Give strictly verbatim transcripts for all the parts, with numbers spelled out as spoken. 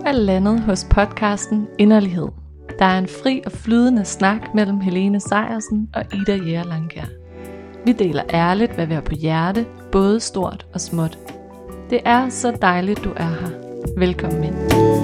er landet hos podcasten Inderlighed. Der er en fri og flydende snak mellem Helene Sejersen og Ida Jæger Langkjær. Vi deler ærligt, hvad vi har på hjerte, både stort og småt. Det er så dejligt, du er her. Velkommen ind.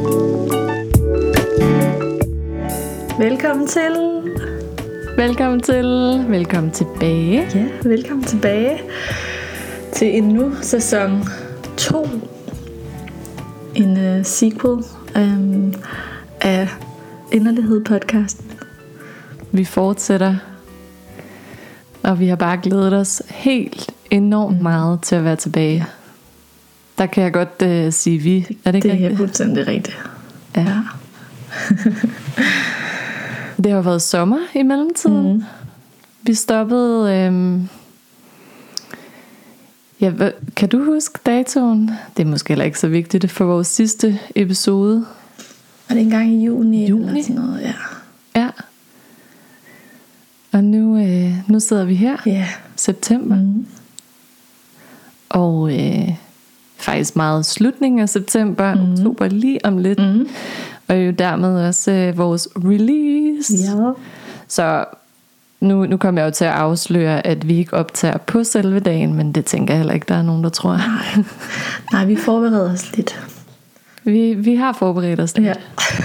Velkommen til. Velkommen til. Velkommen tilbage. Ja, velkommen tilbage til endnu sæson to. En uh, sequel um, af Inderlighed podcast. Vi fortsætter, og vi har bare glædet os helt enormt meget til at være tilbage. Der kan jeg godt uh, sige vi. Er det ikke Det er rigtigt? fuldstændig rigtigt. Ja. ja. Det har været sommer i mellemtiden. Mm. Vi stoppede. Øhm, ja, kan du huske datoen? Det er måske heller ikke så vigtigt for vores sidste episode. Var det engang i juni? Juni? Eller sådan noget, ja. Ja. Og nu, øh, nu sidder vi her. Yeah. September. Mm. Og øh, faktisk meget slutningen af september. Mm. Oktober lige om lidt. Mm. Og jo dermed også øh, vores release. Ja. Så nu, nu kommer jeg jo til at afsløre, at vi ikke optager på selve dagen, men det tænker jeg heller ikke, der er nogen, der tror. Nej, Nej vi forbereder os lidt. Vi, vi har forberedt os lidt. Ja.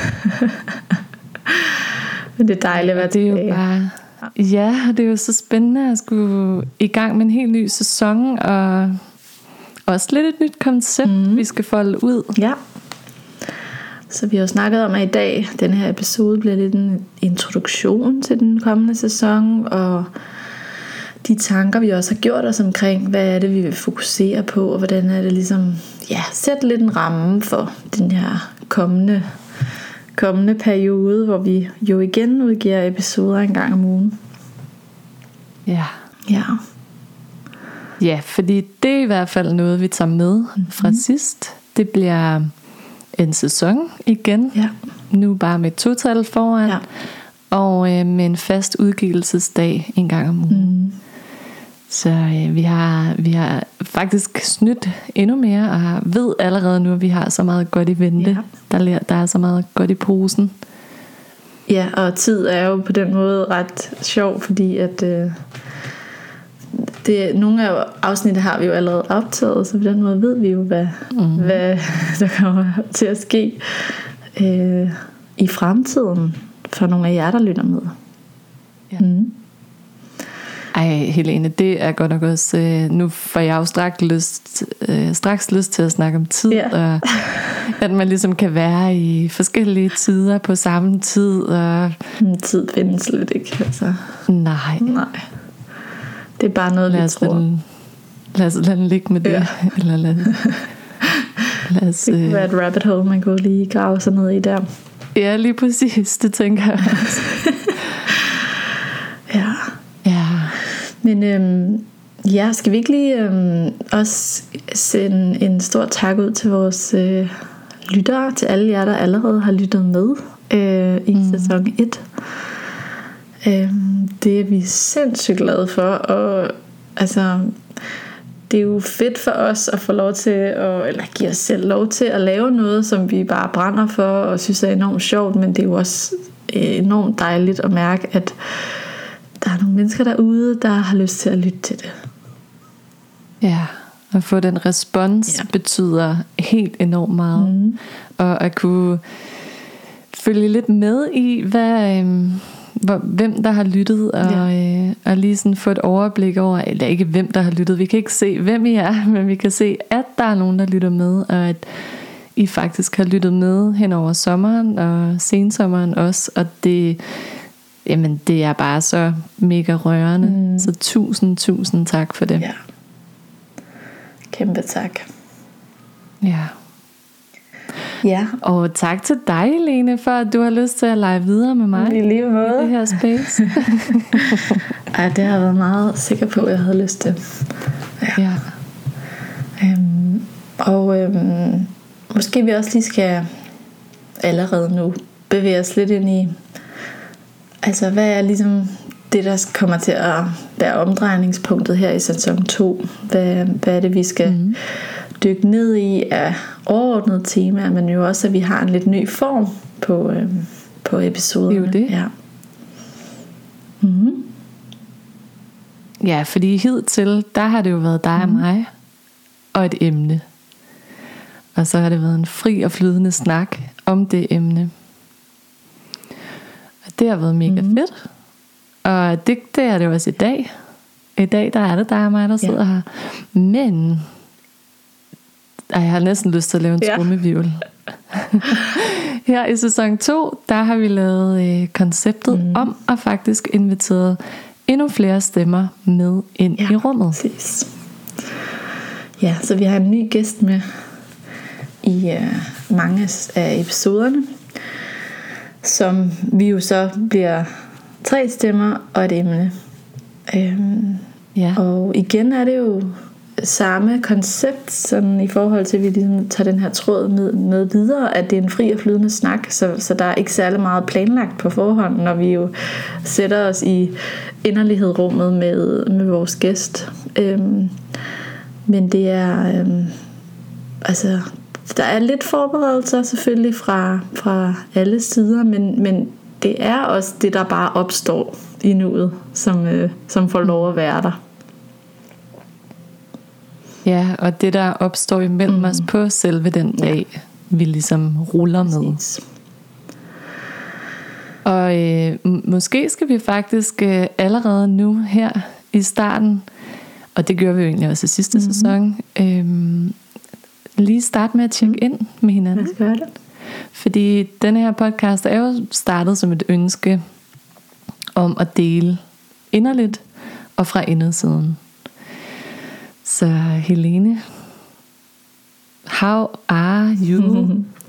Men det er dejligt at være det er tilbage. jo bare, ja, det er jo så spændende at skulle i gang med en helt ny sæson, og også lidt et nyt koncept, mm. vi skal folde ud. Ja. Så vi har jo snakket om, at i dag, den her episode, bliver lidt en introduktion til den kommende sæson, og de tanker, vi også har gjort os omkring, hvad er det, vi vil fokusere på, og hvordan er det ligesom, ja, sætte lidt en ramme for den her kommende, kommende periode, hvor vi jo igen udgiver episoder en gang om ugen. Ja. Ja. Ja, fordi det er i hvert fald noget, vi tager med mm-hmm. fra sidst. Det bliver en sæson igen. Ja. Nu bare med et total foran. Ja. Og øh, med en fast udgivelsesdag en gang om ugen. Mm. Så øh, vi har vi har faktisk snydt endnu mere, og ved allerede nu, at vi har så meget godt i vente. Ja. Der, der er så meget godt i posen. Ja, og tid er jo på den måde ret sjov, fordi at øh, det, nogle af afsnittet har vi jo allerede optaget, så på den måde ved vi jo, hvad, mm. hvad der kommer til at ske øh, i fremtiden for nogle af jer, der lytter med. Ja. Mm. Ej, Helene, det er godt nok også, øh, nu får jeg jo straks lyst, øh, straks lyst til at snakke om tid, ja. Og at man ligesom kan være i forskellige tider på samme tid. Og Tid findes slet ikke, altså. Nej. Nej. Det er bare noget, lad vi os tror. Den, lad os lade den ligge med det. Ja. Eller lad, lad os, det kunne være et rabbit hole, man kunne lige grave sig ned i der. Ja, lige præcis, det tænker jeg også. Ja. Ja. Men øhm, ja, skal vi ikke lige øhm, også sende en stor tak ud til vores øh, lyttere, til alle jer, der allerede har lyttet med øh, i mm. sæson et. Øhm, det er vi sindssygt glade for, og altså, det er jo fedt for os at få lov til at, eller give os selv lov til at lave noget, som vi bare brænder for og synes er enormt sjovt, men det er jo også enormt dejligt at mærke, at der er nogle mennesker derude, der har lyst til at lytte til det. Ja, at få den respons ja. betyder helt enormt meget. Mm. Og at kunne følge lidt med i, hvad, øhm, hvor, hvem der har lyttet, og, ja. øh, og lige sådan få et overblik over, eller ikke hvem der har lyttet. Vi kan ikke se, hvem I er, men vi kan se, at der er nogen, der lytter med, og at I faktisk har lyttet med hen over sommeren og sensommeren også, og det Jamen det er bare så mega rørende. mm. Så tusind, tusind tak for det. Ja. Kæmpe tak. Ja. Ja. Og tak til dig, Lene, for at du har lyst til at lege videre med mig i lige måde i det her space. Ej, det har jeg været meget sikker på, at jeg havde lyst til. Ja, ja. Øhm, Og øhm, måske vi også lige skal allerede nu bevæge os lidt ind i, altså hvad er ligesom det, der kommer til at være omdrejningspunktet her i sæson to. Hvad, hvad er det, vi skal mm. dykke ned i af overordnede temaer, men jo også, at vi har en lidt ny form på, øh, på episoderne. Det er jo det. Ja. Mm-hmm. Ja, fordi hidtil, der har det jo været dig mm. og mig, og et emne. Og så har det været en fri og flydende snak om det emne. Og det har været mega mm. fedt. Og det, det er det også i dag. I dag, der er det dig og mig, der sidder ja. her. Men ej, jeg har næsten lyst til at lave en trommevivl. Her i sæson to, der har vi lavet øh, konceptet mm. om at faktisk invitere endnu flere stemmer med ind ja, i rummet. Præcis. Ja, så vi har en ny gæst med i øh, mange af episoderne, som vi jo så bliver tre stemmer og et emne. Øhm, ja. Og igen er det jo samme koncept sådan i forhold til at vi ligesom tager den her tråd med, med videre, at det er en fri og flydende snak, så, så der er ikke særlig meget planlagt på forhånd, når vi jo sætter os i inderlighed rummet med, med vores gæst. Øhm, men det er øhm, altså der er lidt forberedelser selvfølgelig fra, fra alle sider, men, men det er også det, der bare opstår i nuet, som, øh, som får lov at være der. Ja, og det der opstår imellem mm. os på selve den dag, ja. vi ligesom ruller med. Præcis. Og øh, måske skal vi faktisk øh, allerede nu her i starten, og det gjorde vi jo egentlig også i sidste mm-hmm. sæson, øh, lige starte med at tjekke mm. ind med hinanden. Lad os gøre det. Fordi denne her podcast er jo startet som et ønske om at dele inderligt og fra indersiden. Så Helene, how are you?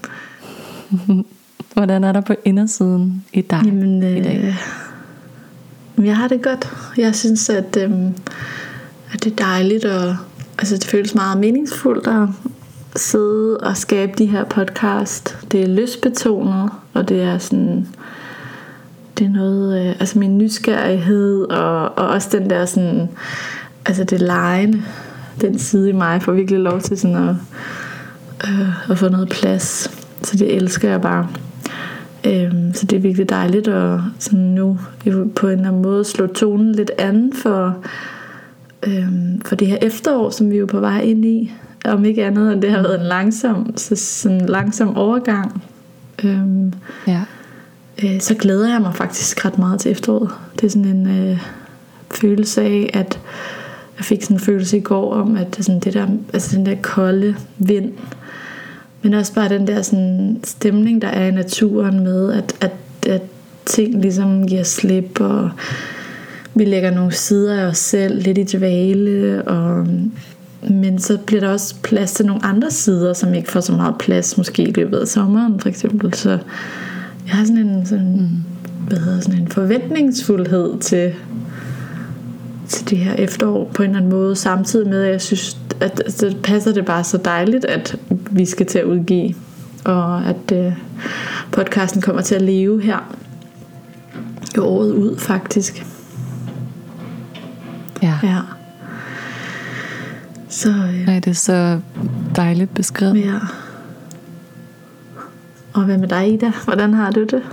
Hvordan er der på indersiden i dig Jamen, øh, i dag? Jeg har det godt. Jeg synes, at, øh, at det er dejligt, og altså, det føles meget meningsfuldt at sidde og skabe de her podcast. Det er lystbetonet, og det er sådan, det er noget, øh, altså min nysgerrighed, og, og også den der sådan, altså det legende, den side i mig får virkelig lov til sådan at, øh, at få noget plads. Så det elsker jeg bare. Øhm, så det er virkelig dejligt at sådan nu på en eller anden måde slå tonen lidt an for, øhm, for det her efterår, som vi er på vej ind i. Om ikke andet, end det har været en langsom, så sådan en langsom overgang. Øhm, ja. øh, så glæder jeg mig faktisk ret meget til efteråret. Det er sådan en øh, følelse af, at jeg fik sådan en følelse i går om, at sådan det der, altså den der kolde vind, men også bare den der sådan stemning, der er i naturen med, at, at, at ting ligesom giver slip, og vi lægger nogle sider af os selv lidt i dvale, og, men så bliver der også plads til nogle andre sider, som ikke får så meget plads, måske i løbet af sommeren for eksempel. Så jeg har sådan en, sådan, mm. hvad hedder, sådan en forventningsfuldhed til, til det her efterår på en eller anden måde, samtidig med, at jeg synes, at det passer det bare så dejligt, at vi skal til at udgive, og at øh, podcasten kommer til at leve her i året ud faktisk. Ja. Ja. Så øh, Nej, det er så dejligt beskrevet. Ja. Og hvad med dig, Ida? Hvordan har du det?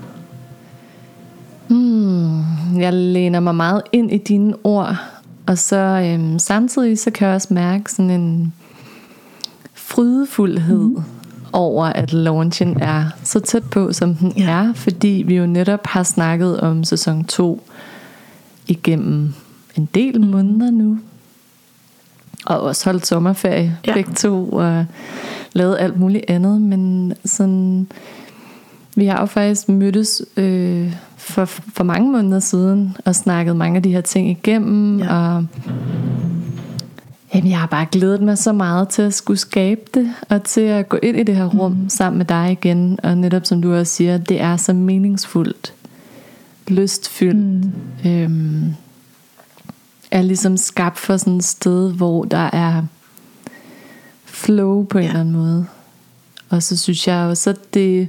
Hmm, jeg læner mig meget ind i dine ord, og så øhm, samtidig så kan jeg også mærke sådan en frydefuldhed mm. over, at launchen er så tæt på, som den ja. er, fordi vi jo netop har snakket om sæson to igennem en del mm. måneder nu, og også holdt sommerferie ja. begge to, og lavet alt muligt andet, men sådan, vi har jo faktisk mødtes øh, for, for mange måneder siden og snakket mange af de her ting igennem, ja. og jamen, jeg har bare glædet mig så meget til at skulle skabe det, og til at gå ind i det her rum mm. sammen med dig igen, og netop som du også siger, det er så meningsfuldt, lystfyldt, mm. øhm, er ligesom skabt for sådan et sted, hvor der er flow på en ja. eller anden måde. Og så synes jeg også, at det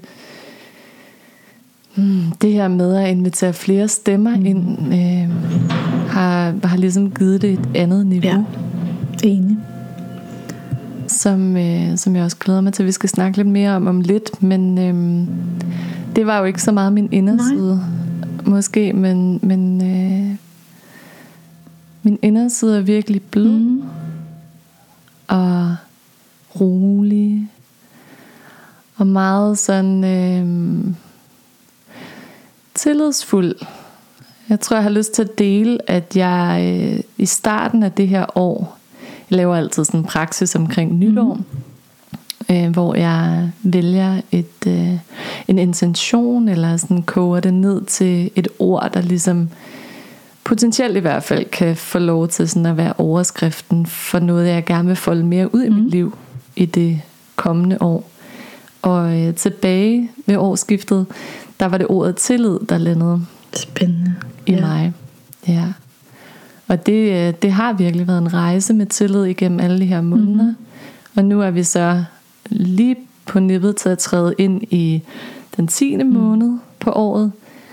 det her med at invitere flere stemmer mm. ind øh, har, har ligesom givet det et andet niveau. Ja. Enig. som, øh, som jeg også glæder mig til, at vi skal snakke lidt mere om om lidt. Men øh, det var jo ikke så meget min inderside, Nej. måske, men, men øh, min inderside er virkelig blød mm. og rolig og meget sådan øh, tillidsfuld. Jeg tror, jeg har lyst til at dele, at jeg øh, i starten af det her år, jeg laver altid sådan en praksis omkring nytår, mm. øh, hvor jeg vælger et, øh, en intention, eller sådan koger det ned til et ord, der ligesom potentielt i hvert fald kan få lov til sådan at være overskriften for noget, jeg gerne vil folde mere ud i mm. mit liv i det kommende år. Og øh, tilbage ved årsskiftet, der var det ordet tillid, der landede. Spændende. I ja. mig. Ja. Og det, det har virkelig været en rejse med tillid igennem alle de her måneder. Mm-hmm. Og nu er vi så lige på nippet til at træde ind i den tiende mm. måned på året.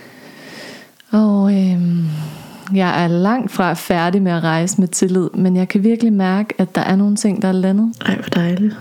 Og øhm, jeg er langt fra færdig med at rejse med tillid, men jeg kan virkelig mærke, at der er nogle ting, der er landet. Ej, hvor dejligt.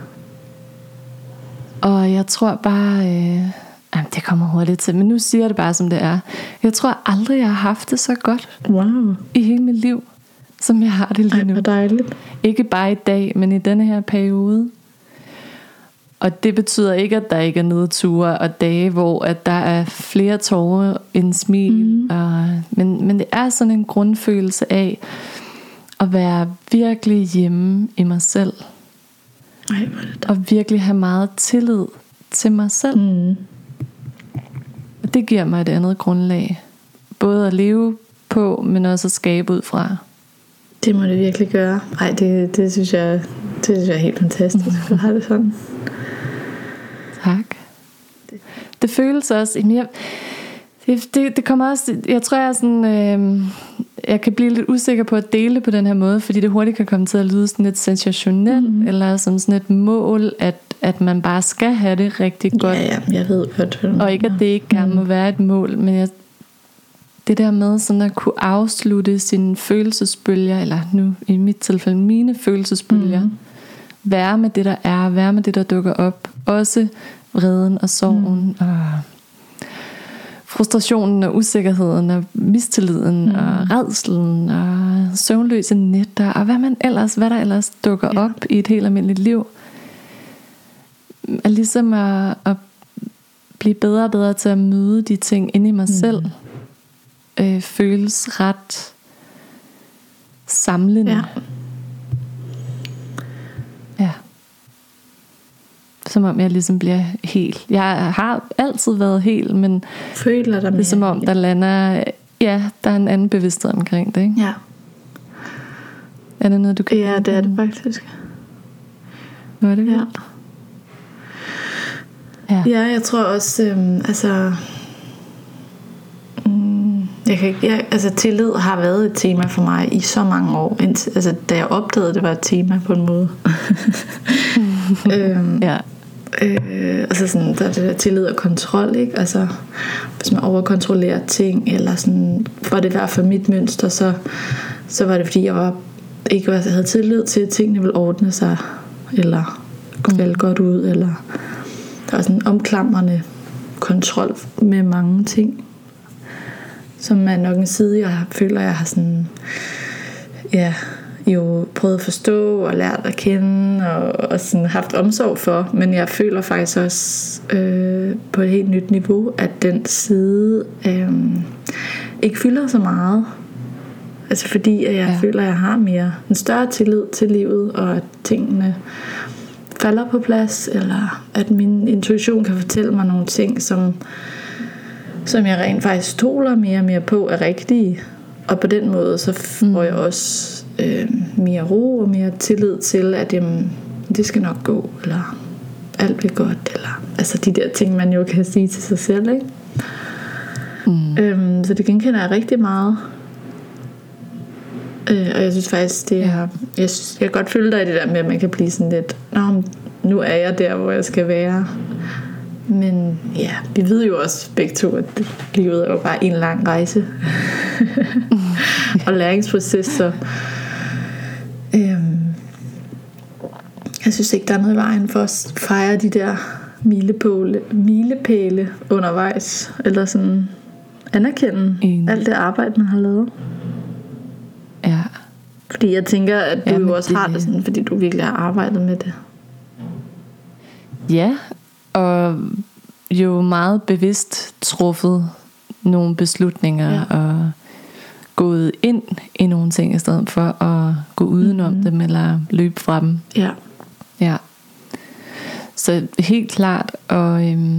Og jeg tror bare... Øh, Jamen, det kommer hurtigt til, men nu siger jeg det bare som det er. Jeg tror aldrig jeg har haft det så godt wow. i hele mit liv, som jeg har det lige Ej, nu. hvor dejligt. Ikke bare i dag, men i denne her periode. Og det betyder ikke, at der ikke er nedture og dage, hvor at der er flere tårer end smil. Mm. Og, men, men det er sådan en grundfølelse af at være virkelig hjemme i mig selv. Ej, hvor det og virkelig have meget tillid til mig selv. Mm. Det giver mig et andet grundlag. Både at leve på, men også at skabe ud fra. Det må det virkelig gøre. Ej, det, det, synes, jeg, det synes jeg er helt fantastisk. Du har det sådan. Tak. Det føles også... Jeg, det, det, det kommer også... Jeg tror, jeg er sådan... Øh, jeg kan blive lidt usikker på at dele på den her måde, fordi det hurtigt kan komme til at lyde sådan lidt sensationelt, mm. eller som sådan et mål, at, at man bare skal have det rigtig godt. Ja, ja, jeg ved godt. Og ikke, at det ikke gerne må være et mål, men jeg, det der med sådan at kunne afslutte sine følelsesbølger, eller nu i mit tilfælde mine følelsesbølger, mm. være med det, der er, være med det, der dukker op, også vreden og sorgen, mm. og frustrationen og usikkerheden og mistilliden mm. og rædslen og søvnløse nætter og hvad man ellers, hvad der ellers dukker ja. op i et helt almindeligt liv, er ligesom at, at blive bedre og bedre til at møde de ting inde i mig mm. selv, øh, føles ret samlende. Ja. Ja. Som om jeg ligesom bliver helt. Jeg har altid været helt, men føler dig det er som om der lander, ja, der er en anden bevidsthed omkring det, ikke? Ja. Er det noget du kan? Ja, det er det faktisk. Hvad er det? Ja. Ja. Ja, jeg tror også, øhm, altså, mm, jeg kan ikke, jeg, altså tillid har været et tema for mig i så mange år, indtil, altså da jeg opdagede, det var et tema på en måde. øhm, ja. Øh, altså sådan, der er det der tillid og kontrol, ikke? Altså, hvis man overkontrollerer ting, eller sådan, for det i hvert fald mit mønster, så, så var det fordi, jeg var, ikke var, jeg havde tillid til, at tingene ville ordne sig, eller falde mm. godt ud, eller der var sådan en omklamrende kontrol med mange ting, som er nok en side, jeg føler, jeg har sådan, ja, jo prøvet at forstå og lært at kende og, og sådan haft omsorg for, men jeg føler faktisk også øh, på et helt nyt niveau, at den side øh, ikke fylder så meget, altså fordi at jeg ja. føler, at jeg har mere en større tillid til livet, og at tingene falder på plads, eller at min intuition kan fortælle mig nogle ting, som som jeg rent faktisk stoler mere og mere på er rigtige, og på den måde så får mm. jeg også øh, mere ro og mere tillid til, at jamen, det skal nok gå, eller alt bliver godt, eller altså de der ting, man jo kan sige til sig selv, ikke? Mm. Øhm, så det genkender jeg rigtig meget. Øh, og jeg synes faktisk, det er, jeg, synes, jeg kan godt føle dig i det der med, at man kan blive sådan lidt, nå, nu er jeg der, hvor jeg skal være. Men ja, vi ved jo også begge to, at livet er jo bare en lang rejse og læringsproces, så øhm, Jeg synes ikke, der er noget i vejen for at fejre de der milepæle, milepæle undervejs, eller sådan anerkende mm. alt det arbejde, man har lavet. Ja. Fordi jeg tænker, at du ja, jo også det... har det sådan, fordi du virkelig har arbejdet med det. Ja, og jo meget bevidst truffet nogle beslutninger ja. og gået ind i nogle ting i stedet for at gå udenom mm-hmm. dem eller løbe fra dem. Ja. Ja. Så helt klart, og øhm,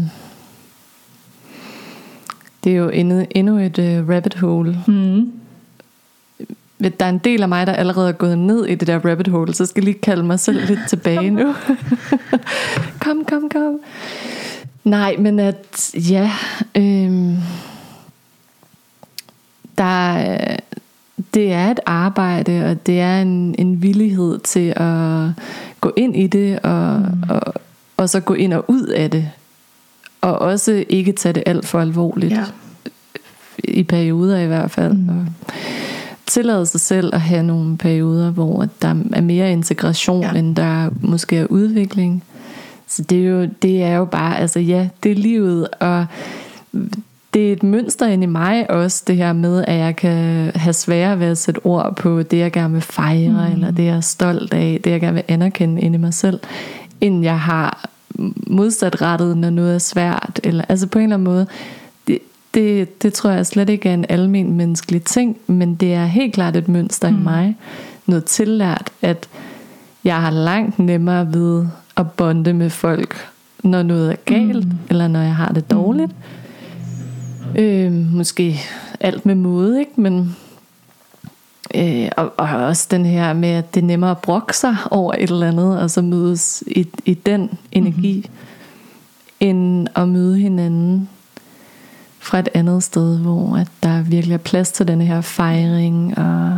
det er jo endnu, endnu et uh, rabbit hole. Mm. Der er en del af mig, der allerede er gået ned i det der rabbit hole, så jeg skal lige kalde mig selv lidt tilbage nu. kom, kom, kom. Nej, men at, ja, øhm, der, det er et arbejde, og det er en, en villighed til at gå ind i det, og, mm. og, og så gå ind og ud af det. Og også ikke tage det alt for alvorligt. Ja. I perioder i hvert fald. Mm. Og tillade sig selv at have nogle perioder, hvor der er mere integration, ja. end der måske er udvikling. Så det er jo, det er jo bare, altså ja, det er livet, og det er et mønster inde i mig også, det her med, at jeg kan have svært ved at sætte ord på det, jeg gerne vil fejre, mm. eller det, jeg er stolt af, det, jeg gerne vil anerkende inde i mig selv, inden jeg har modsatrettet, når noget er svært, eller altså på en eller anden måde. Det, det, det tror jeg slet ikke er en almen menneskelig ting, men det er helt klart et mønster mm. i mig, noget tillært, at jeg har langt nemmere ved at bonde med folk, når noget er galt, mm. eller når jeg har det dårligt. Mm. Øh, måske alt med måde, ikke? Men øh, og, og også den her med, at det er nemmere at brokke sig over et eller andet, og så mødes i, i den energi, mm. end at møde hinanden fra et andet sted, hvor at der virkelig er plads til den her fejring. Og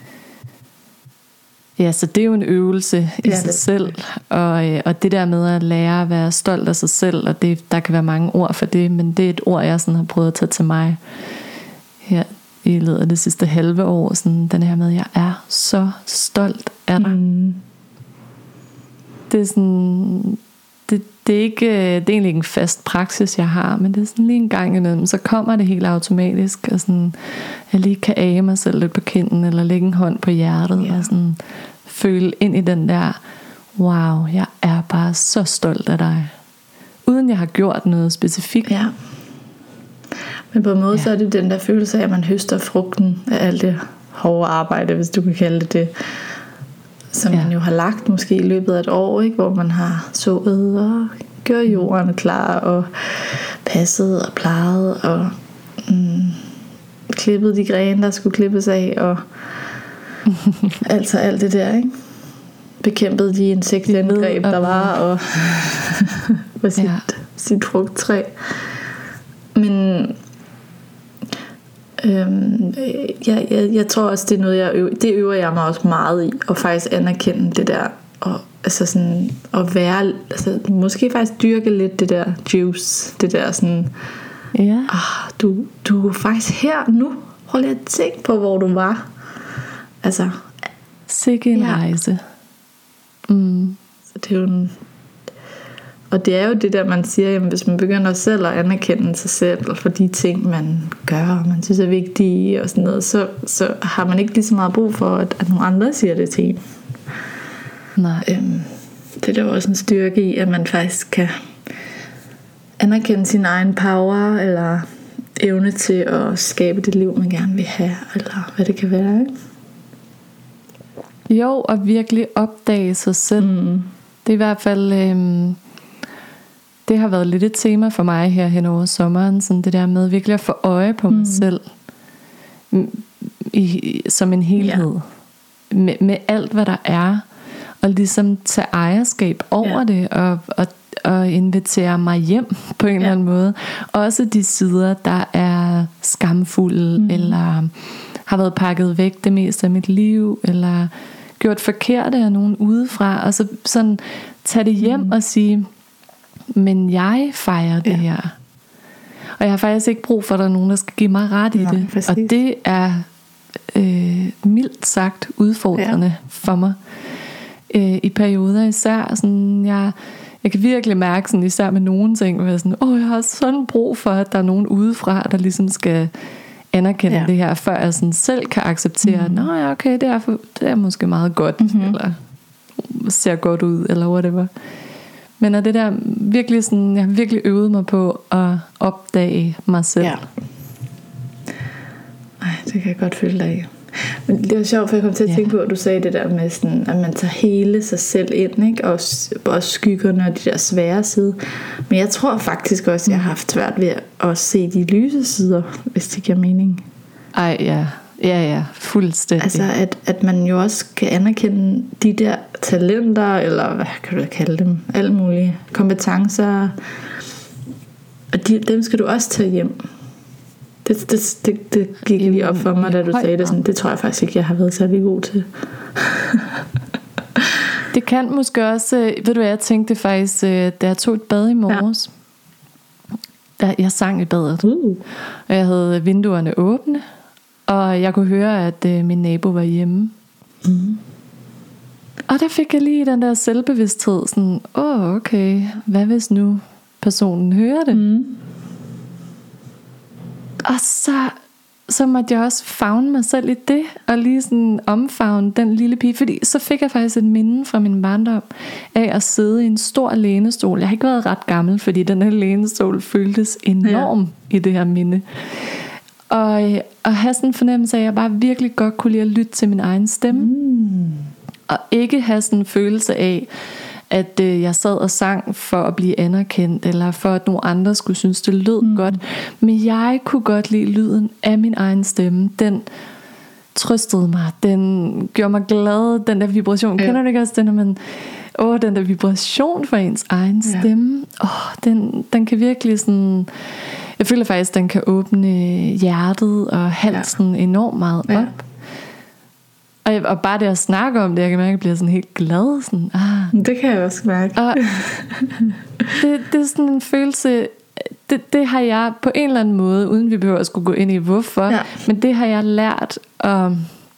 ja, så det er jo en øvelse i ja, sig det. selv, og, og det der med at lære at være stolt af sig selv, og det, der kan være mange ord for det, men det er et ord, jeg sådan har prøvet at tage til mig her i løbet af det sidste halve år, sådan den her med, at jeg er så stolt af dig. Mm. Det er sådan, det, det, er ikke, det er egentlig ikke en fast praksis, jeg har, men det er sådan lige en gang imellem, så kommer det helt automatisk, og sådan, jeg lige kan age mig selv lidt på kinden, eller lægge en hånd på hjertet, yeah. og sådan føle ind i den der, wow, jeg er bare så stolt af dig, uden jeg har gjort noget specifikt. Ja. Men på en måde ja. så er det den der følelse af, at man høster frugten af alt det hårde arbejde, hvis du kan kalde det det, som ja. man jo har lagt måske i løbet af et år, ikke? Hvor man har sået og gjort jorden klar og passet og plejet og mm, klippet de grene, der skulle klippes af, og altså alt det der, ikke? Bekæmpet de insektangreb, der var, og, og sit, ja. sit frugttræ. Men øhm, jeg, jeg, jeg tror også, det er noget, jeg øver, det øver jeg mig også meget i, at faktisk anerkende det der, og altså sådan, at være, altså måske faktisk dyrke lidt det der juice, det der sådan, ja. ah, du, du er faktisk her nu, prøv lige at tænke på, hvor du var, altså, sikke en ja. rejse. Mm. Så det er jo en, og det er jo det der, man siger, jamen, hvis man begynder selv at anerkende sig selv for de ting, man gør, og man synes er vigtige og sådan noget, så, så har man ikke lige så meget brug for, at, at nogle andre siger det til en. Nej. Øhm, det er der også en styrke i, at man faktisk kan anerkende sin egen power, eller evne til at skabe det liv, man gerne vil have, eller hvad det kan være, ikke? Jo, og virkelig opdage sig selv. Mm. Det er i hvert fald øhm, det har været lidt et tema for mig her hen over sommeren, sådan det der med virkelig at få øje på mig mm. selv i, som en helhed, ja. med, med alt hvad der er, og ligesom tage ejerskab over ja. det, og, og, og invitere mig hjem på en ja. eller anden måde. Også de sider, der er skamfulde, mm. eller har været pakket væk det meste af mit liv, eller gjort forkerte af nogen udefra, og så sådan tage det hjem mm. og sige, men jeg fejrer det ja. her. Og jeg har faktisk ikke brug for, at der er nogen, der skal give mig ret i Nej, det. Præcis. Og det er øh, mildt sagt udfordrende ja. for mig. øh, i perioder især. Sådan, jeg, jeg kan virkelig mærke, sådan, især med nogle ting, hvor jeg sådan, åh, jeg har sådan brug for, at der er nogen udefra, der ligesom skal anerkende ja. det her, før jeg sådan selv kan acceptere, mm. nå ja, okay, det er, for, det er måske meget godt, mm-hmm. eller ser godt ud, eller whatever. Men er det der virkelig sådan, jeg har virkelig øvet mig på at opdage mig selv. Ja. Ej, det kan jeg godt føle dig i. Men det var sjovt, for jeg kom til at tænke ja. på, at du sagde det der med sådan, at man tager hele sig selv ind, ikke? Og også skyggerne og de der svære sider. Men jeg tror faktisk også, at jeg har haft svært ved at se de lyse sider, hvis det giver mening. Ej, ja. Ja, ja, fuldstændig. Altså, at, at man jo også kan anerkende de der talenter, eller hvad kan du kalde dem, alle mulige kompetencer, og de, dem skal du også tage hjem. Det, det, det, det gik lige op for mig, da du sagde det sådan. Det tror jeg faktisk ikke, jeg har været særlig god til. Det kan måske også, ved du hvad, jeg tænkte faktisk, da jeg tog et bad i morges, ja. Jeg sang i badet, uh. og jeg havde vinduerne åbne, og jeg kunne høre, at øh, min nabo var hjemme. Mm. Og der fik jeg lige den der selvbevidsthed, sådan, åh, oh, okay, hvad hvis nu personen hører det? Mm. Og så, så måtte jeg også favne mig selv i det, og lige sådan omfavne den lille pige, fordi så fik jeg faktisk et minde fra min barndom, af at sidde i en stor lænestol. Jeg har ikke været ret gammel, fordi den her lænestol føltes enorm ja. i det her minde. Og at have sådan en fornemmelse af, at jeg bare virkelig godt kunne lide at lytte til min egen stemme. Mm. Og ikke have sådan en følelse af, at øh, jeg sad og sang for at blive anerkendt, eller for at nogle andre skulle synes, det lød mm. godt. Men jeg kunne godt lide lyden af min egen stemme. Den trøstede mig. Den gjorde mig glad. Den der vibration. Ja. Kender du ikke også den, når man... Åh, den der vibration for ens egen ja. stemme. Åh, den, den kan virkelig sådan... Jeg føler faktisk, at den kan åbne hjertet og halsen ja. enormt meget op. Ja. Og, jeg, og bare det at snakke om det, jeg kan mærke, at jeg bliver sådan helt glad. Sådan, ah. Det kan jeg også mærke. Og det, det er sådan en følelse, det, det har jeg på en eller anden måde, uden vi behøver at skulle gå ind i hvorfor, ja. men det har jeg lært at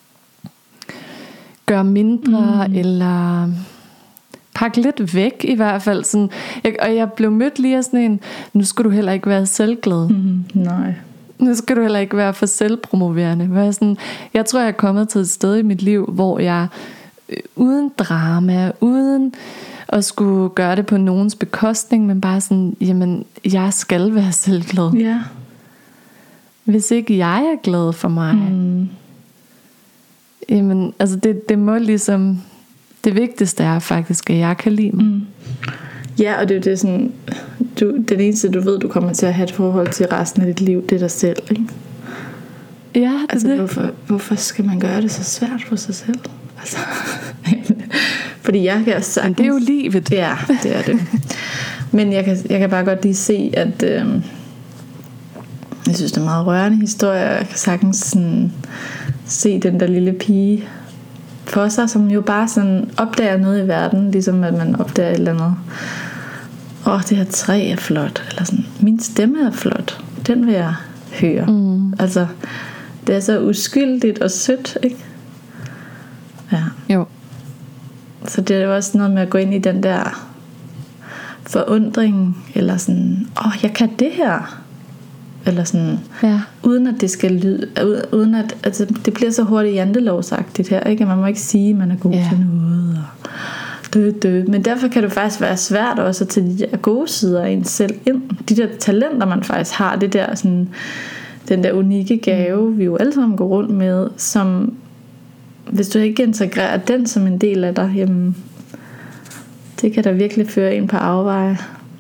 gøre mindre, mm. eller... pakke lidt væk i hvert fald sådan, jeg, og jeg blev mødt lige af sådan en, nu skal du heller ikke være selvglad. Mm, nej. Nu skal du heller ikke være for selvpromoverende. Hvor jeg, sådan, jeg tror jeg er kommet til et sted i mit liv, hvor jeg øh, uden drama, uden at skulle gøre det på nogens bekostning, men bare sådan, jamen jeg skal være selvglad. Ja. Hvis ikke jeg er glad for mig, mm. jamen altså det, det må ligesom, det vigtigste er faktisk, at jeg kan lide mig. Mm. Ja, og det er det sådan, du, den eneste du ved, du kommer til at have et forhold til resten af dit liv, det er dig selv, ikke? Ja, det altså, det. Hvorfor, hvorfor skal man gøre det så svært for sig selv? Altså, fordi jeg kan sagtens... Men det er jo livet. Ja, det er det. Men jeg kan, jeg kan bare godt lige se, at øh, jeg synes, det er en meget rørende historie. Jeg kan sagtens sådan, se den der lille pige for sig, som jo bare sådan opdager noget i verden, ligesom at man opdager et eller andet. Åh, oh, det her træ er flot, eller sådan, min stemme er flot, den vil jeg høre. Mm. Altså, det er så uskyldigt og sødt, ikke? Ja. Jo. Så det er jo også noget med at gå ind i den der forundring, eller sådan, åh, oh, jeg kan det her. Eller sådan, ja. uden at det skal lyde, uden at, altså, det bliver så hurtigt jantelovsagtigt her, ikke? Man må ikke sige, at man er god ja. til noget, og dø, dø. Men derfor kan det faktisk være svært også at tage de der gode sider af en selv ind. De der talenter, man faktisk har, det der sådan, den der unikke gave, vi jo alle sammen går rundt med, som, hvis du ikke integrerer den som en del af dig, jamen, det kan da virkelig føre en på afveje.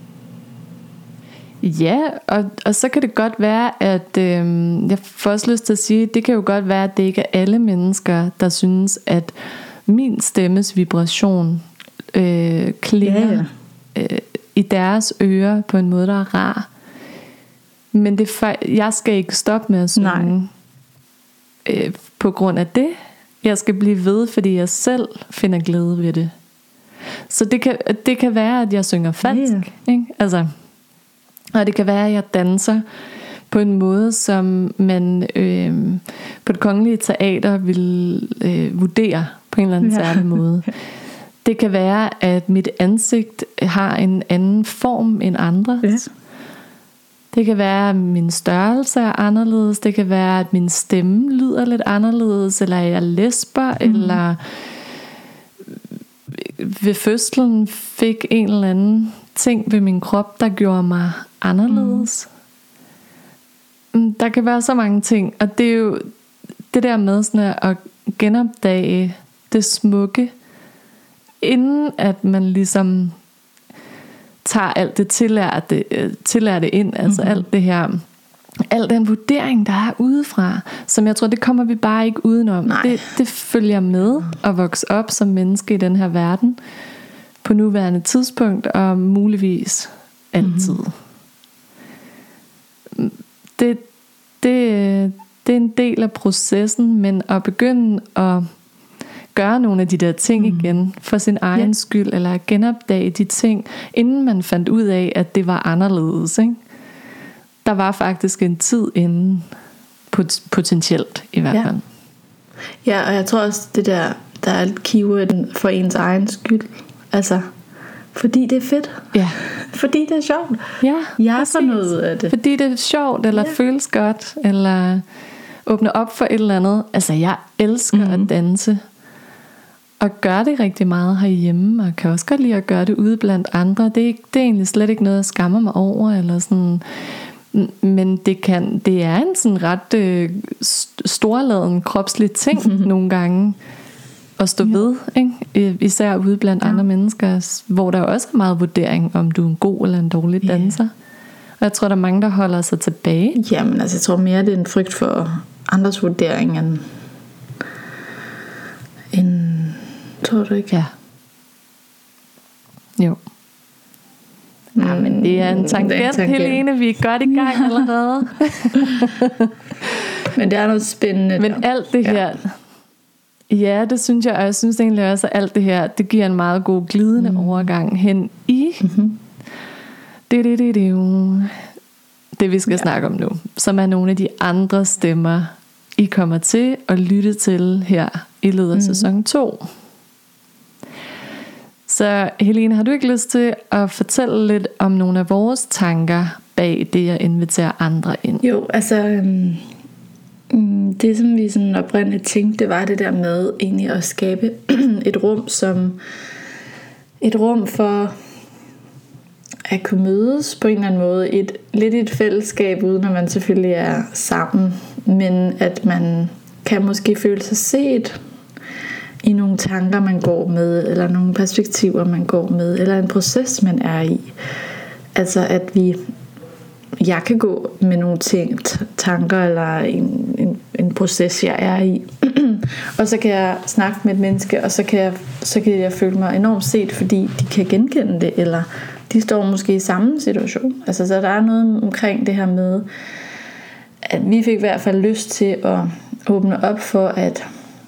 Ja, og, og så kan det godt være, at øh, jeg får også lyst til at sige, det kan jo godt være, at det ikke er alle mennesker, der synes, at min stemmes vibration øh, klinger ja, ja. Øh, i deres ører på en måde, der er rar. Men det, jeg skal ikke stoppe med at synge øh, på grund af det. Jeg skal blive ved, fordi jeg selv finder glæde ved det. Så det kan, det kan være, at jeg synger falsk, ja. ikke? Altså... Og det kan være, at jeg danser på en måde, som man øh, på Det Kongelige Teater vil øh, vurdere på en eller anden ja. særlig måde. Det kan være, at mit ansigt har en anden form end andres. Ja. Det kan være, at min størrelse er anderledes. Det kan være, at min stemme lyder lidt anderledes. Eller jeg lesber. Mm. Eller ved fødslen fik en eller anden ting ved min krop, der gjorde mig anderledes. Mm. Der kan være så mange ting. Og det er jo det der med sådan at genopdage det smukke, inden at man ligesom tager alt det tillærte, tillærte ind, altså mm-hmm. alt det her, al den vurdering, der er udefra, som jeg tror, det kommer vi bare ikke udenom. Det, det følger med at vokse op som menneske i den her verden, på nuværende tidspunkt, og muligvis altid. Mm-hmm. Det, det, det er en del af processen, men at begynde at gøre nogle af de der ting mm. igen for sin egen yeah. skyld, eller genopdage de ting, inden man fandt ud af, at det var anderledes, ikke? Der var faktisk en tid inden, pot- potentielt i hvert fald. Ja. ja, og jeg tror også, det der, der er et keyword for ens egen skyld. Altså, fordi det er fedt. Ja. Fordi det er sjovt. Ja, jeg får noget af det. Fordi det er sjovt, eller ja. føles godt, eller åbne op for et eller andet. Altså, jeg elsker mm-hmm. at danse. Og gør det rigtig meget herhjemme, og kan også godt lide at gøre det ude blandt andre. Det er, ikke, det er egentlig slet ikke noget, jeg skammer mig over, eller sådan. Men det, kan, det er en sådan ret øh, storladen kropslig ting mm-hmm. nogle gange at stå ja. ved, ikke? Især ude blandt ja. andre mennesker, hvor der også er meget vurdering, om du er en god eller en dårlig danser. Yeah. Og jeg tror, der er mange, der holder sig tilbage. Jamen, altså jeg tror mere, det er en frygt for andres vurdering end... end tror du ikke? Ja. Jo. Mm, ja, men det er en tangent, er en tangent. Helene. Vi er godt i gang allerede. Men det er noget spændende. Men der. alt det her... Ja. ja, det synes jeg. Og jeg synes egentlig også, at alt det her, det giver en meget god glidende mm. overgang hen i... Mm-hmm. Det, det, det, det, det vi skal ja. snakke om nu. Som er nogle af de andre stemmer, I kommer til at lytte til her i løbet af mm. sæson to. Så Helene, har du ikke lyst til at fortælle lidt om nogle af vores tanker bag det at invitere andre ind? Jo, altså øhm, det som vi sådan oprindeligt tænkte, det var det der med egentlig at skabe et rum som et rum for at kunne mødes på en eller anden måde, et, lidt et fællesskab, uden at man selvfølgelig er sammen, men at man kan måske føle sig set i nogle tanker, man går med, eller nogle perspektiver, man går med, eller en proces, man er i. Altså at vi, jeg kan gå med nogle ting, tanker, eller en, en, en proces, jeg er i, og så kan jeg snakke med et menneske, og så kan jeg, så kan jeg føle mig enormt set, fordi de kan genkende det, eller de står måske i samme situation. Altså så der er noget omkring det her med, at vi fik i hvert fald lyst til at åbne op for at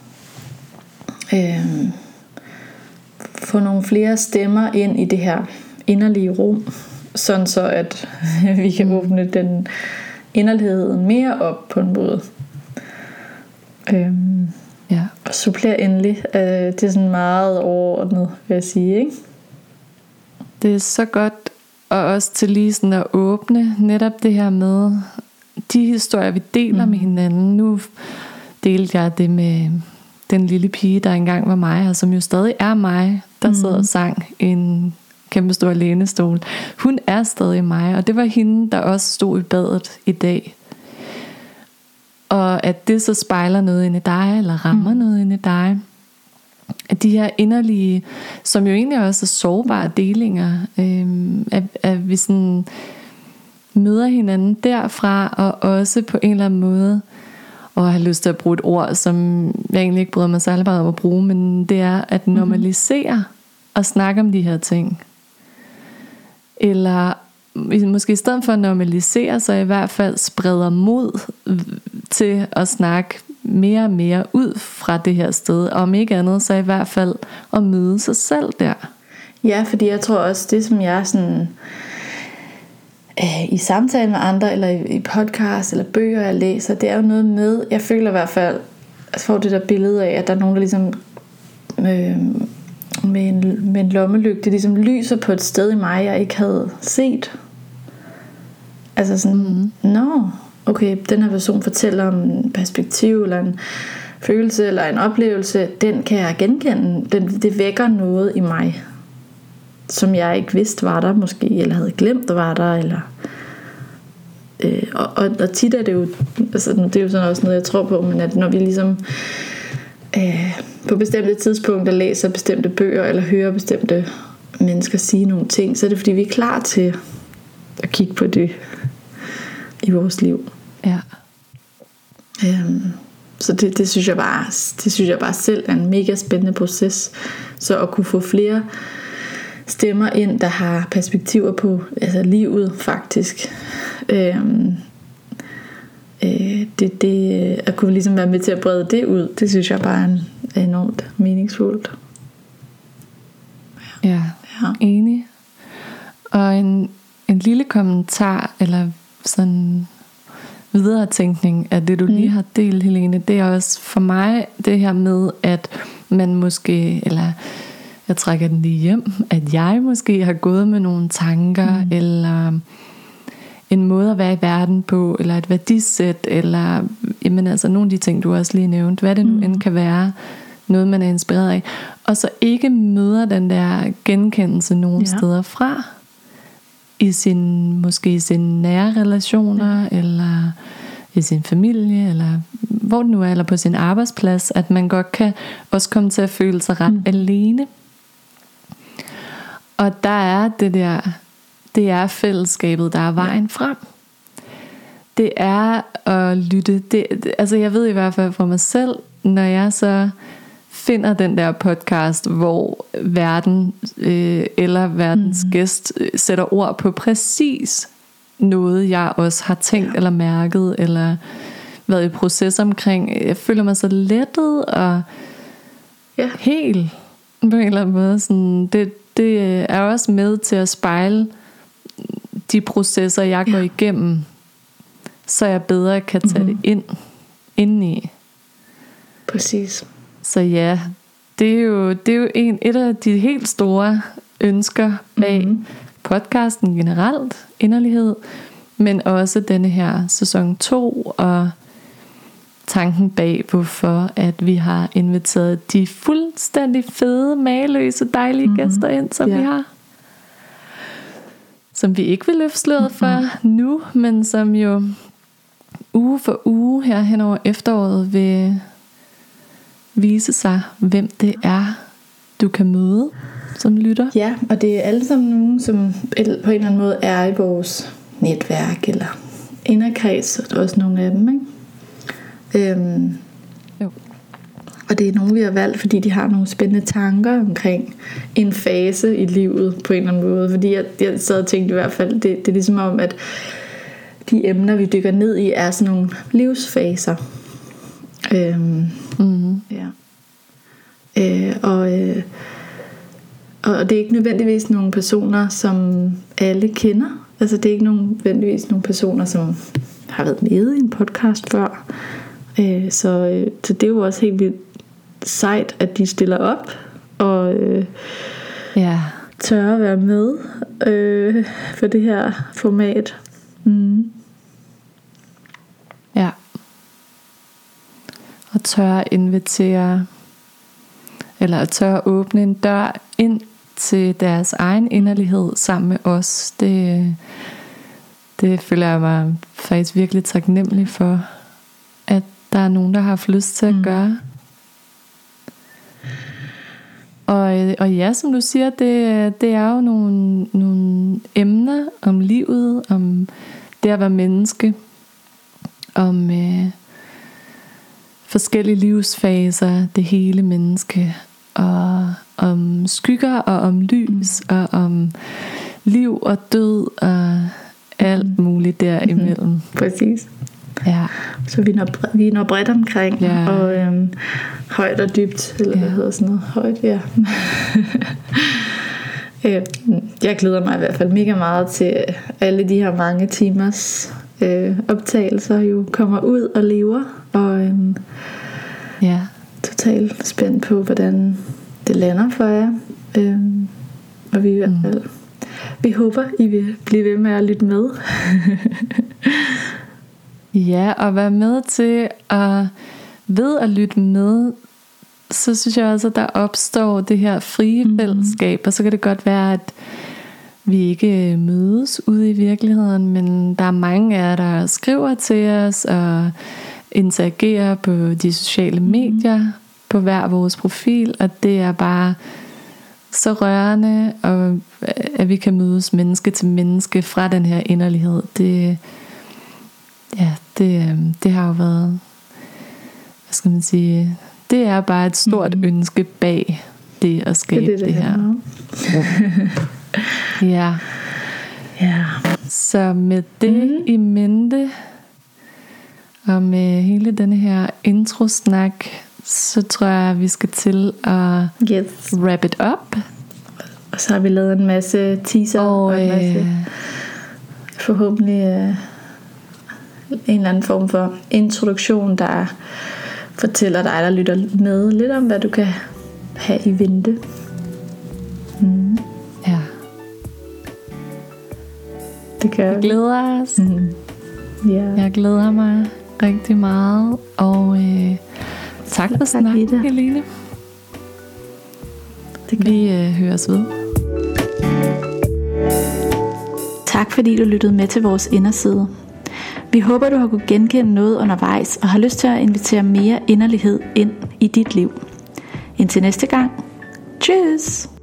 øh, få nogle flere stemmer ind i det her inderlige rum, sådan så at vi kan åbne den inderlighed mere op på en måde. Øh, ja. Og supplere endelig. Øh, det er sådan meget overordnet, vil jeg sige, ikke? Det er så godt, og også til lige sådan at åbne netop det her med de historier, vi deler mm. med hinanden. Nu delte jeg det med den lille pige, der engang var mig, og som jo stadig er mig, der mm. sidder og sang i en kæmpe stor lænestol. Hun er stadig mig, og det var hende, der også stod i badet i dag. Og at det så spejler noget inde i dig, eller rammer mm. noget inde i dig. At de her inderlige, som jo egentlig også er sårbare delinger, øhm, at, at vi sådan møder hinanden derfra, og også på en eller anden måde, og jeg har lyst til at bruge et ord, som jeg egentlig ikke bryder mig særlig meget om at bruge, men det er at normalisere mm-hmm. og snakke om de her ting. Eller måske i stedet for at normalisere, så i hvert fald spreder mod til at snakke mere og mere ud fra det her sted, og om ikke andet, så i hvert fald at møde sig selv der. Ja, fordi jeg tror også, det som jeg sådan øh, i samtale med andre, eller i, i podcast, eller bøger, jeg læser, det er jo noget med, jeg føler i hvert fald, at får det der billede af, at der er nogen, der ligesom øh, med en, med en lommelygte ligesom lyser på et sted i mig, jeg ikke havde set. Altså sådan, mm-hmm. nå, okay, den her person fortæller om en perspektiv, eller en følelse, eller en oplevelse, den kan jeg genkende. Den, det vækker noget i mig, som jeg ikke vidste var der måske, eller havde glemt var der, eller øh, og, og, og tit er det jo, altså det er jo sådan også noget jeg tror på, men at når vi ligesom øh, på bestemte tidspunkter læser bestemte bøger, eller hører bestemte mennesker sige nogle ting, så er det fordi vi er klar til at kigge på det i vores liv. Ja. Øhm, så det, det synes jeg bare, det synes jeg bare selv er en mega spændende proces. Så at kunne få flere stemmer ind, der har perspektiver på altså livet faktisk. Øhm, øh, det, det, at kunne ligesom være med til at brede det ud, det synes jeg bare er, en, er enormt meningsfuldt. Ja, ja, enig. Og en, en lille kommentar, eller sådan videre tænkning af det du mm. lige har delt, Helene, det er også for mig det her med, at man måske, eller jeg trækker den lige hjem, at jeg måske har gået med nogle tanker, mm. eller en måde at være i verden på, eller et værdisæt, eller jamen altså nogle af de ting du også lige nævnte, hvad det nu mm. end kan være, noget man er inspireret af, og så ikke møder den der genkendelse nogen ja. steder fra, i sin, måske i sine nære relationer, ja. eller i sin familie, eller hvor det nu er, eller på sin arbejdsplads, at man godt kan også komme til at føle sig ret mm. alene. Og der er det der, det er fællesskabet, der er vejen frem. Det er at lytte. Det, altså jeg ved i hvert fald for mig selv, når jeg så finder den der podcast, hvor verden øh, eller verdens mm. gæst øh, sætter ord på præcis noget, jeg også har tænkt ja. eller mærket, eller været i proces omkring. Jeg føler mig så lettet og ja. helt på en eller anden måde. Sådan, det, det er også med til at spejle de processer, jeg går ja. igennem, så jeg bedre kan tage mm-hmm. det ind indeni. Præcis. Så ja, det er jo, det er jo en, et af de helt store ønsker bag mm-hmm. podcasten generelt, inderlighed, men også denne her sæson to, og tanken bag, hvorfor at vi har inviteret de fuldstændig fede, mageløse, dejlige mm-hmm. gæster ind, som yeah. vi har. Som vi ikke vil løfte sløret for mm-hmm. nu, men som jo uge for uge her hen over efteråret vil vise sig, hvem det er, du kan møde som lytter. Ja, og det er alle sammen nogen, som på en eller anden måde er i vores netværk eller inderkreds, og også nogle af dem, ikke? Øhm, jo. Og det er nogen, vi har valgt, fordi de har nogle spændende tanker omkring en fase i livet på en eller anden måde. Fordi jeg, jeg sad og tænkte i hvert fald, det, det er ligesom om, at de emner, vi dykker ned i, er sådan nogle livsfaser. Øhm, mm-hmm. ja. øh, og, øh, og det er ikke nødvendigvis nogle personer, som alle kender. Altså det er ikke nødvendigvis nogle personer, som har været med i en podcast før. øh, så, øh, så det er jo også helt vildt sejt, at de stiller op og øh, ja. tør at være med øh, for det her format. Mm. Ja. Og tør at invitere, eller at tør at åbne en dør ind til deres egen inderlighed sammen med os. Det, det føler jeg mig faktisk virkelig taknemmelig for, at der er nogen, der har haft lyst til at mm. gøre. Og, og ja, som du siger, det, det er jo nogle, nogle emner om livet, om det at være menneske, om øh, forskellige livsfaser, det hele menneske, og om skygger og om lys, mm. og om liv og død og alt muligt derimellem. Mm-hmm. Præcis. Ja. Så vi når, vi når bredt omkring, ja. og øhm, højt og dybt, eller ja. hvad hedder sådan noget, højt, ja. Jeg glæder mig i hvert fald mega meget til alle de her mange timers øh, optagelser jo kommer ud og lever, og øhm, ja. totalt spændt på, hvordan det lander for jer. øhm, og vi i hvert fald, vi håber, I vil blive ved med at lytte med. Ja, og være med til at, ved at lytte med, så synes jeg også, at der opstår det her frie mm-hmm. fællesskab, og så kan det godt være, at vi ikke mødes ude i virkeligheden, men der er mange af jer, der skriver til os og interagerer på de sociale medier, mm-hmm. på hver vores profil, og det er bare så rørende, og at vi kan mødes menneske til menneske fra den her inderlighed. Det, ja, det, det har jo været, hvad skal man sige, det er bare et stort mm-hmm. ønske bag det at skabe det, det, det, det her. Ja. Ja. Så med det mm-hmm. i mente, og med hele denne her introsnak, så tror jeg, at vi skal til at yes. wrap it up. Og så har vi lavet en masse teaser og, og en masse øh... forhåbentlig øh, en eller anden form for introduktion, der fortæller dig, der lytter med, lidt om, hvad du kan have i vente. Mm. Ja. Det gør vi. glæder os. Mm. Yeah. Jeg glæder mig rigtig meget, og øh, tak for snakken, Helene. Vi øh, høres ved. Tak fordi du lyttede med til vores inderside. Vi håber, du har kunnet genkende noget undervejs og har lyst til at invitere mere inderlighed ind i dit liv. Indtil næste gang. Tschüss!